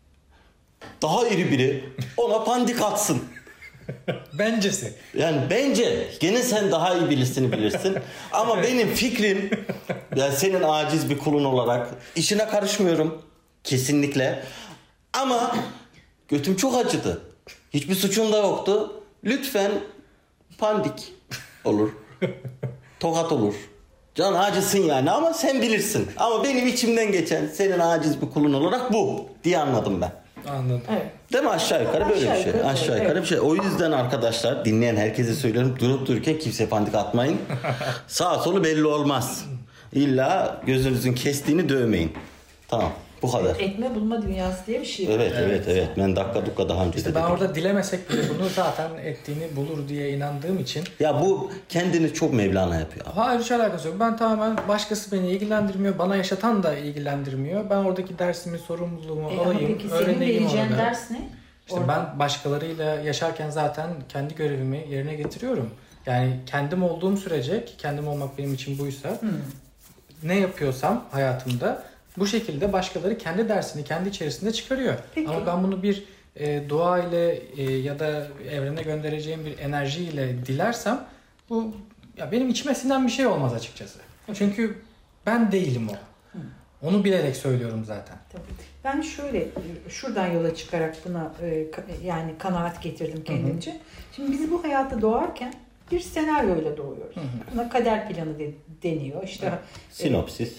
daha iri biri ona pandik atsın. Bencesi. Yani bence gene sen daha iyi bilirsin. Ama benim fikrim, yani senin aciz bir kulun olarak işine karışmıyorum kesinlikle. Ama götüm çok acıdı. Hiçbir suçum da yoktu. Lütfen pandik olur. Tokat olur. Can acısın yani ama sen bilirsin. Ama benim içimden geçen senin aciz bir kulun olarak bu diye anladım ben. Anladım. Evet. Değil mi? Aşağı yukarı böyle bir şey. Aşağı yukarı bir şey. O yüzden arkadaşlar, dinleyen herkese söylüyorum, durup dururken kimseye pandik atmayın. Sağ solu belli olmaz. İlla gözünüzün kestiğini dövmeyin. Tamam. Bu kadar. Etme bulma dünyası diye bir şey var. Evet. Ben dakika daha önce İşte ben orada dilemesek bile bunu zaten ettiğini bulur diye inandığım için. Ya bu kendini çok Mevlana yapıyor. Hayır, hiç alakası yok. Ben tamamen başkası beni ilgilendirmiyor. Bana yaşatan da ilgilendirmiyor. Ben oradaki dersimi, sorumluluğumu alayım. Peki senin vereceğin ders ne? İşte ben başkalarıyla yaşarken zaten kendi görevimi yerine getiriyorum. Yani kendim olduğum sürece, ki kendim olmak benim için buysa, ne yapıyorsam hayatımda bu şekilde başkaları kendi dersini kendi içerisinde çıkarıyor. Peki. Ama ben bunu bir dua ile ya da evrene göndereceğim bir enerjiyle dilersem bu ya benim içime sinen bir şey olmaz açıkçası. Çünkü ben değilim o. Onu bilerek söylüyorum zaten. Tabii. Ben şuradan yola çıkarak buna yani kanaat getirdim kendimce. Şimdi biz bu hayata doğarken bir senaryoyla doğuyoruz. Buna kader planı deniyor. İşte sinopsis.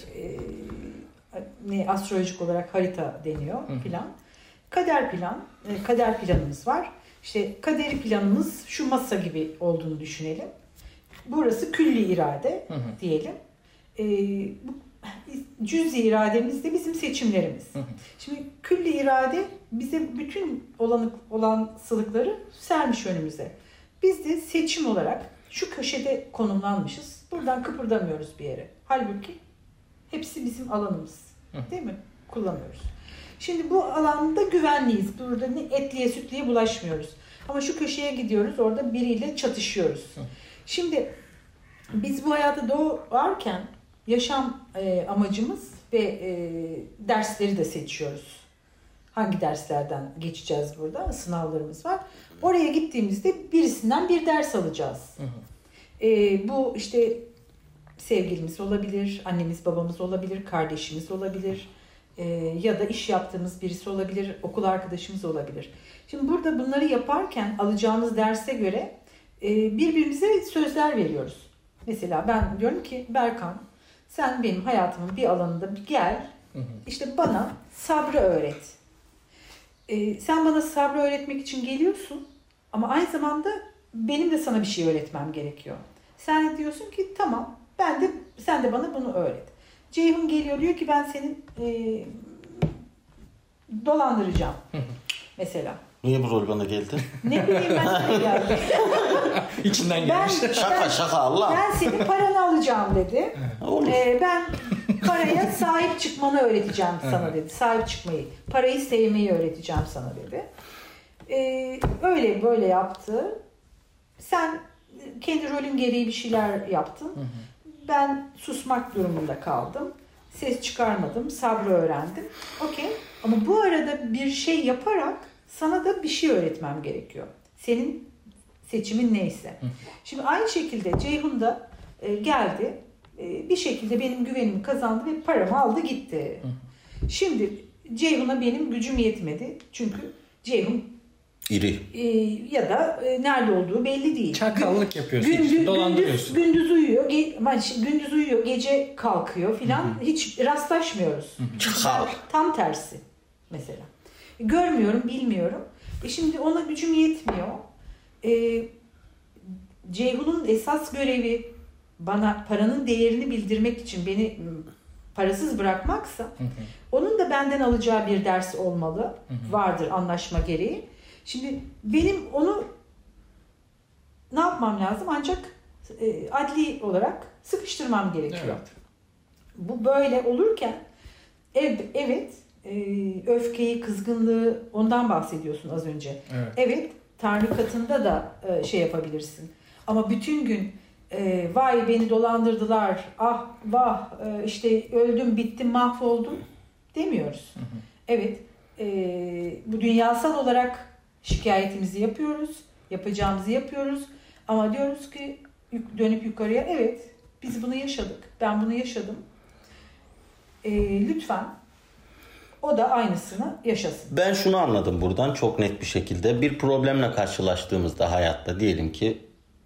Astrolojik olarak harita deniyor filan. Kader planımız var. İşte kaderi planımız şu masa gibi olduğunu düşünelim. Burası külli irade diyelim. cüz-i irademiz de bizim seçimlerimiz. Şimdi külli irade bize bütün olasılıkları sermiş önümüze. Biz de seçim olarak şu köşede konumlanmışız. Buradan kıpırdamıyoruz bir yere. Halbuki hepsi bizim alanımız. Değil mi? Kullanıyoruz. Şimdi bu alanda güvenliyiz. Burada etliye sütliye bulaşmıyoruz. Ama şu köşeye gidiyoruz. Orada biriyle çatışıyoruz. Şimdi biz bu hayata doğarken yaşam amacımız ve dersleri de seçiyoruz. Hangi derslerden geçeceğiz burada? Sınavlarımız var. Oraya gittiğimizde birisinden bir ders alacağız. Bu işte sevgilimiz olabilir, annemiz babamız olabilir, kardeşimiz olabilir ya da iş yaptığımız birisi olabilir, okul arkadaşımız olabilir. Şimdi burada bunları yaparken alacağımız derse göre birbirimize sözler veriyoruz. Mesela ben diyorum ki Berkan, sen benim hayatımın bir alanında gel, işte bana sabrı öğret. Sen bana sabrı öğretmek için geliyorsun ama aynı zamanda benim de sana bir şey öğretmem gerekiyor. Sen de diyorsun ki tamam, sen de bana bunu öğret. Ceyhun geliyor diyor ki ben senin dolandıracağım mesela. Niye bu rol bana geldi? Ne bileyim ben sana geldim. İçinden gelmiş. Şaka Allah. Ben senin paranı alacağım dedi. Olur. Ben paraya sahip çıkmanı öğreteceğim sana dedi. Sahip çıkmayı, parayı sevmeyi öğreteceğim sana dedi. Öyle böyle yaptı. Sen kendi rolün gereği bir şeyler yaptın. Ben susmak durumunda kaldım. Ses çıkarmadım, sabrı öğrendim. Okey. Ama bu arada bir şey yaparak sana da bir şey öğretmem gerekiyor. Senin seçimin neyse. Şimdi aynı şekilde Ceyhun da geldi. Bir şekilde benim güvenimi kazandı ve paramı aldı gitti. Şimdi Ceyhun'a benim gücüm yetmedi. Çünkü Ceyhun İri. Ya da nerede olduğu belli değil. Çakallık yapıyorsun. Dolandırıyorsun. Gündüz uyuyor, gece kalkıyor filan. Hiç rastlaşmıyoruz. Çakal. Tam tersi mesela. Görmüyorum, bilmiyorum. Şimdi ona gücüm yetmiyor. Ceyhun'un esas görevi bana paranın değerini bildirmek için beni parasız bırakmaksa onun da benden alacağı bir ders olmalı. Vardır anlaşma gereği. Şimdi benim onu ne yapmam lazım? Ancak adli olarak sıkıştırmam gerekiyor. Evet. Bu böyle olurken evet öfkeyi, kızgınlığı ondan bahsediyorsun az önce. Evet Tanrı katında da şey yapabilirsin. Ama bütün gün vay beni dolandırdılar, ah vah işte öldüm, bittim, mahvoldum demiyoruz. Evet bu dünyasal olarak şikayetimizi yapıyoruz, yapacağımızı yapıyoruz ama diyoruz ki dönüp yukarıya evet biz bunu yaşadık, ben bunu yaşadım. Lütfen o da aynısını yaşasın. Ben şunu anladım buradan çok net bir şekilde. Bir problemle karşılaştığımızda hayatta diyelim ki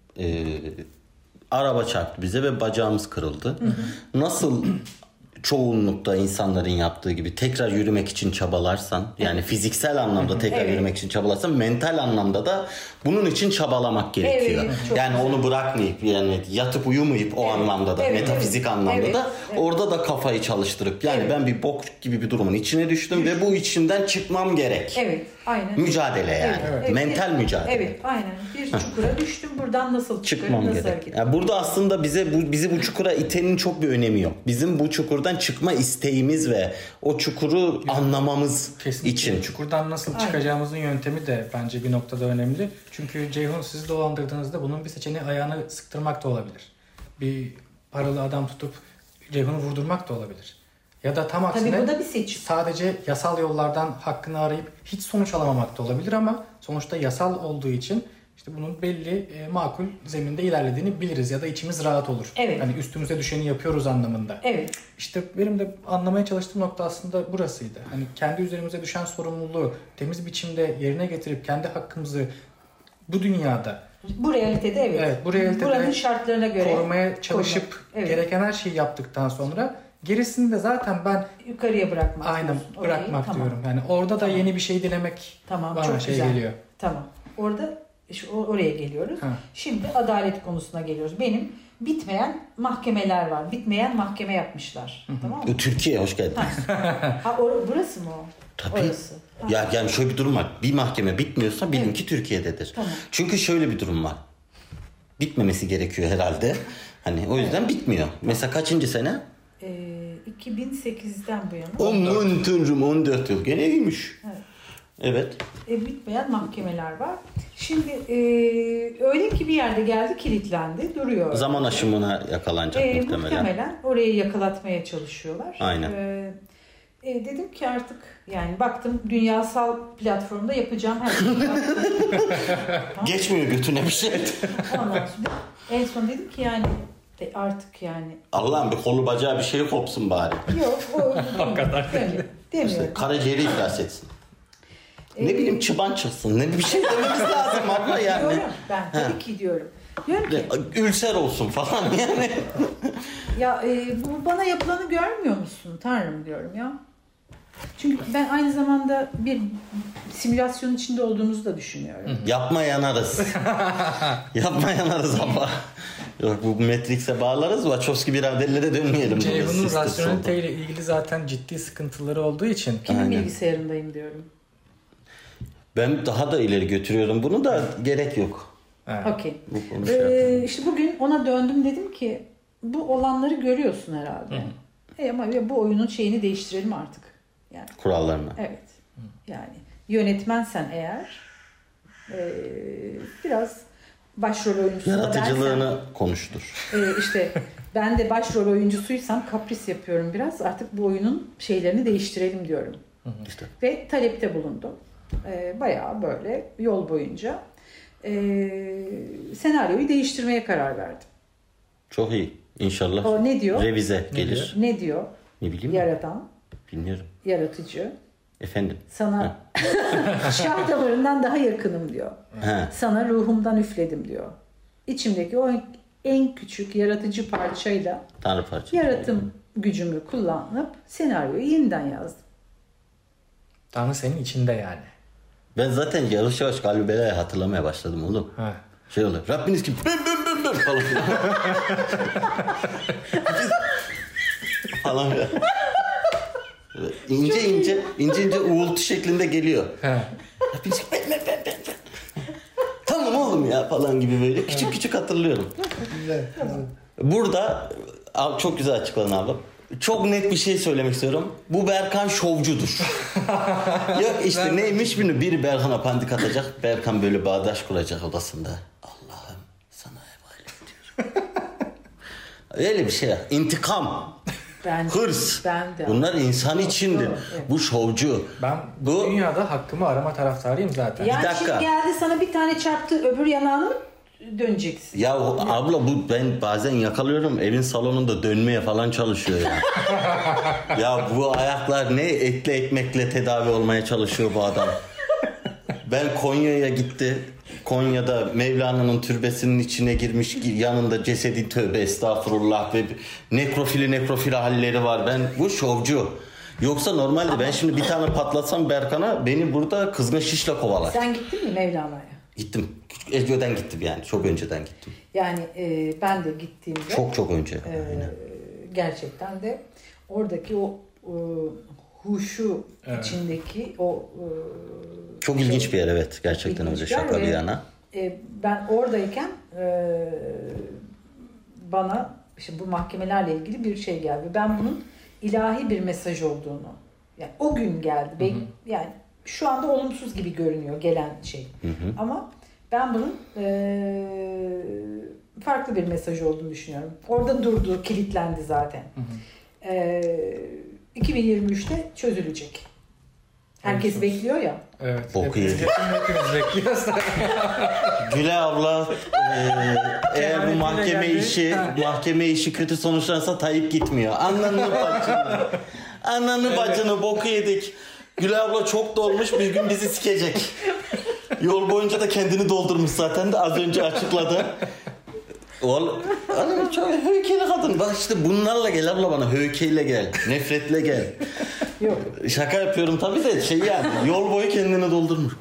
araba çarptı bize ve bacağımız kırıldı. Nasıl çoğunlukta insanların yaptığı gibi tekrar yürümek için çabalarsan, yani fiziksel anlamda tekrar yürümek için çabalarsan, mental anlamda da bunun için çabalamak gerekiyor. Yani güzel. Onu bırakmayıp, yani yatıp uyumayıp o anlamda da, metafizik anlamda da orada da kafayı çalıştırıp yani ben bir bok gibi bir durumun içine düştüm ve bu içinden çıkmam gerek. Evet, aynen. Mücadele yani. Mental mücadele. Evet, aynen. Bir çukura düştüm, buradan nasıl çıkmam nasıl gerek. Yani burada aslında bizi bu çukura itenin çok bir önemi yok. Bizim bu çukurdan çıkma isteğimiz ve o çukuru anlamamız kesinlikle için. Çukurdan nasıl çıkacağımızın yöntemi de bence bir noktada önemli. Çünkü Ceyhun sizi dolandırdığınızda bunun bir seçeneği ayağını sıktırmak da olabilir. Bir paralı adam tutup Ceyhun'u vurdurmak da olabilir. Ya da tam aksine tabii bu da bir seçim. Sadece yasal yollardan hakkını arayıp hiç sonuç alamamak da olabilir ama sonuçta yasal olduğu için işte bunun belli makul zeminde ilerlediğini biliriz ya da içimiz rahat olur. Evet. Hani üstümüze düşeni yapıyoruz anlamında. Evet. İşte benim de anlamaya çalıştığım nokta aslında burasıydı. Hani kendi üzerimize düşen sorumluluğu temiz biçimde yerine getirip kendi hakkımızı bu dünyada bu realitede evet bu realitede buranın şartlarına göre korumaya çalışıp gereken her şeyi yaptıktan sonra gerisini de zaten ben yukarıya bırakmak. Aynen bırakmak diyorum. Yani orada da yeni bir şey dilemek bana çok güzel. geliyor. Tamam. Orada oraya geliyoruz. Şimdi adalet konusuna geliyoruz. Benim bitmeyen mahkemeler var. Bitmeyen mahkeme yapmışlar. Tamam mı? Türkiye hoş geldiniz. Burası mı o? Tabii. Orası. Ya yani şöyle bir durum var. Bir mahkeme bitmiyorsa bilin ki Türkiye'dedir. Tamam. Çünkü şöyle bir durum var. Bitmemesi gerekiyor herhalde. Hani o yüzden bitmiyor. Mesela kaçıncı sene? 2008'den bu yana. Aman tanrım 14 yıl. Gene iyiymiş. Evet. Bitmeyen mahkemeler var. Şimdi öyle ki bir yerde geldi, kilitlendi, duruyor. Zaman aşımına yakalanacak muhtemelen. Muhtemelen orayı yakalatmaya çalışıyorlar. Aynen. Dedim ki artık yani baktım dünyasal platformda yapacağım her şeyi yaptım. Geçmiyor götüne bir şey. Ondan sonra en son dedim ki yani artık yani. Allah'ım bir kolu bacağı bir şey kopsun bari. Yok o demiyorum. İşte karaciğeri iflas etsin. Ne bileyim çıban çıksın. Ne bir şey dememiz lazım abla yani. Diyorum, ben tabii ki diyorum. Diyorum ki. Ülser olsun falan yani. Ya bu bana yapılanı görmüyor musun Tanrım diyorum ya. Çünkü ben aynı zamanda bir simülasyon içinde olduğumuzu da düşünüyorum. Yapma yanarız. Yapma yanarız ama. Yok bu Matrix'e bağlarız. Wachowski biraderlere dönmeyelim. Ceyhun'un rasyoneliteyle ilgili zaten ciddi sıkıntıları olduğu için. Kimin bilgisayarındayım diyorum. Ben daha da ileri götürüyorum bunu da gerek yok. Evet. Okey. İşte bugün ona döndüm dedim ki bu olanları görüyorsun herhalde. Ama bu oyunun şeyini değiştirelim artık. Yani kurallarını. Evet. Yani yönetmensen eğer biraz başrol oyuncusu yaratıcılığını konuştur. İşte ben de başrol oyuncusuysam kapris yapıyorum biraz. Artık bu oyunun şeylerini değiştirelim diyorum. İşte. Ve talepte bulundum. Bayağı böyle yol boyunca senaryoyu değiştirmeye karar verdim. Çok iyi. İnşallah. O ne diyor? Revize gelir. Ne diyor? Ne bileyim. Yaradan. Bilmiyorum. Yaratıcı. Efendim. Sana şah damarından daha yakınım diyor. Sana ruhumdan üfledim diyor. İçimdeki o en küçük yaratıcı parçayla Tanrı parçası. yaratım gücümü kullanıp senaryoyu yeniden yazdım. Tanrı senin içinde yani. Ben zaten yavaş yavaş Galbi Bela'yı hatırlamaya başladım oğlum. Ha. Şey oluyor. Rabbiniz kim? Ben falan filan. falan. İnce uğultu şeklinde geliyor. Rabbiniz kim? Ben. Tamam oğlum ya falan gibi böyle küçük hatırlıyorum. Burada çok güzel açıkladın abla. Çok net bir şey söylemek istiyorum. Bu Berkan şovcudur. Yok işte neymiş bilmiyorum. Biri Berkan'a pandik atacak. Berkan böyle bağdaş kuracak odasında. Allah'ım sana emanet ediyorum. Öyle bir şey ya. İntikam. Hırs. Bunlar insan içindir. Evet. Bu şovcu. Ben bu dünyada hakkımı arama taraftarıyım zaten. Yani şimdi geldi sana bir tane çarptı öbür yanağını mı döneceksin? Ya abla bu ben bazen yakalıyorum evin salonunda dönmeye falan çalışıyor ya. Ya bu ayaklar ne etle ekmekle tedavi olmaya çalışıyor bu adam. Ben Konya'ya gitti. Konya'da Mevlana'nın türbesinin içine girmiş yanında cesedi tövbe estağfurullah ve nekrofili halleri var. Ben bu şovcu. Yoksa normalde ben şimdi bir tane patlatsam Berkan'a beni burada kızgın şişle kovalar. Sen gittin mi Mevlana'ya? Gittim. Önceden gittim yani. Çok önceden gittim. Yani ben de gittiğimde. Çok önce. Gerçekten de oradaki o huşu içindeki o çok ilginç bir yer evet. Gerçekten öyle şaka bir yana. Ben oradayken bana işte bu mahkemelerle ilgili bir şey geldi. Ben bunun ilahi bir mesaj olduğunu yani o gün geldi. Yani şu anda olumsuz gibi görünüyor gelen şey. Ama ben bunun farklı bir mesaj olduğunu düşünüyorum. Orada durdu, kilitlendi zaten. 2023'te çözülecek. Herkes bekliyor ya. Evet. Boku yedik. Hepimiz bekliyoruz. Güle abla eğer bu mahkeme işi kötü sonuçlanırsa Tayyip gitmiyor. Ananı bacını boku yedik. Güle abla çok dolmuş bir gün bizi sikecek. Yol boyunca da kendini doldurmuş zaten de az önce açıkladı. Oğlum çok höykeli kadın. Bak işte bunlarla gel abla bana. Höykeyle gel. Nefretle gel. Yok. Şaka yapıyorum tabii de şey yani. Yol boyu kendini doldurmuş.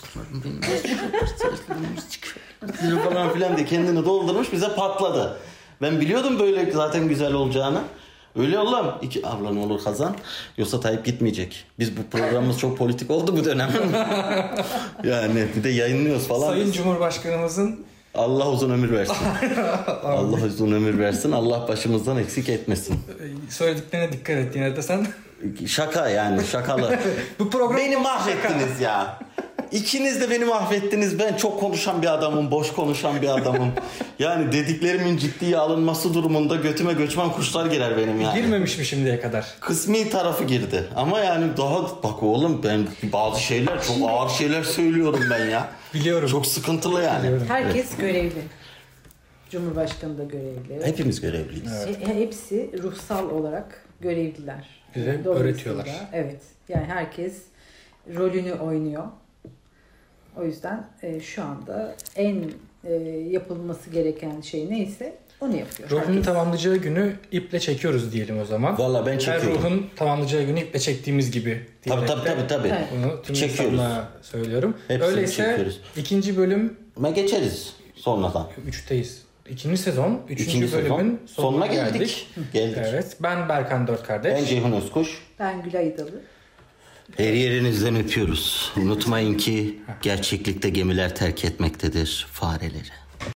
falan filan diye kendini doldurmuş bize patladı. Ben biliyordum böyle zaten güzel olacağını. Öyle oğlum. Abla ne olur kazan. Yoksa Tayyip gitmeyecek. Biz bu programımız çok politik oldu bu dönem. Yani bir de yayınlıyoruz falan. Sayın Cumhurbaşkanımızın Allah uzun ömür versin. Allah uzun ömür versin. Allah başımızdan eksik etmesin. Söylediklerine dikkat et yine de sen. Şaka yani şakalı. Bu program beni mahvettiniz ya. İkiniz de beni mahvettiniz. Ben çok konuşan bir adamım, boş konuşan bir adamım. Yani dediklerimin ciddiye alınması durumunda götüme göçmen kuşlar girer benim yani. Girmemiş mi şimdiye kadar? Kısmi tarafı girdi. Ama yani daha bak oğlum ben bazı şeyler çok ağır şeyler söylüyorum ben ya. Biliyorum. Çok sıkıntılı yani. Biliyorum. Herkes görevli. Cumhurbaşkanı da görevli. Hepimiz görevliyiz. Hepsi ruhsal olarak görevliler. Bize Dolayısıyla, öğretiyorlar. Evet. Yani herkes rolünü oynuyor. O yüzden şu anda en yapılması gereken şey neyse onu yapıyor. Ruhunu Herkes. tamamlayacağı günü iple çekiyoruz diyelim o zaman. Valla ben çekiyorum. Her ruhun tamamlayacağı günü iple çektiğimiz gibi. Tabii. Evet. Bunu tüm Çekiyoruz. insanlığa söylüyorum. Hepsini Öyleyse çekiyoruz. ikinci bölüm Ama geçeriz sonradan. 3'teyiz. İkinci sezon, üçüncü sezon. bölümün Sonuna geldik. Evet. Ben Berkan Dört Kardeş. Ben Ceyhun Özkuş. Ben Gülay İdalı. Her yerinizden öpüyoruz. Unutmayın ki gerçeklikte gemiler terk etmektedir fareleri.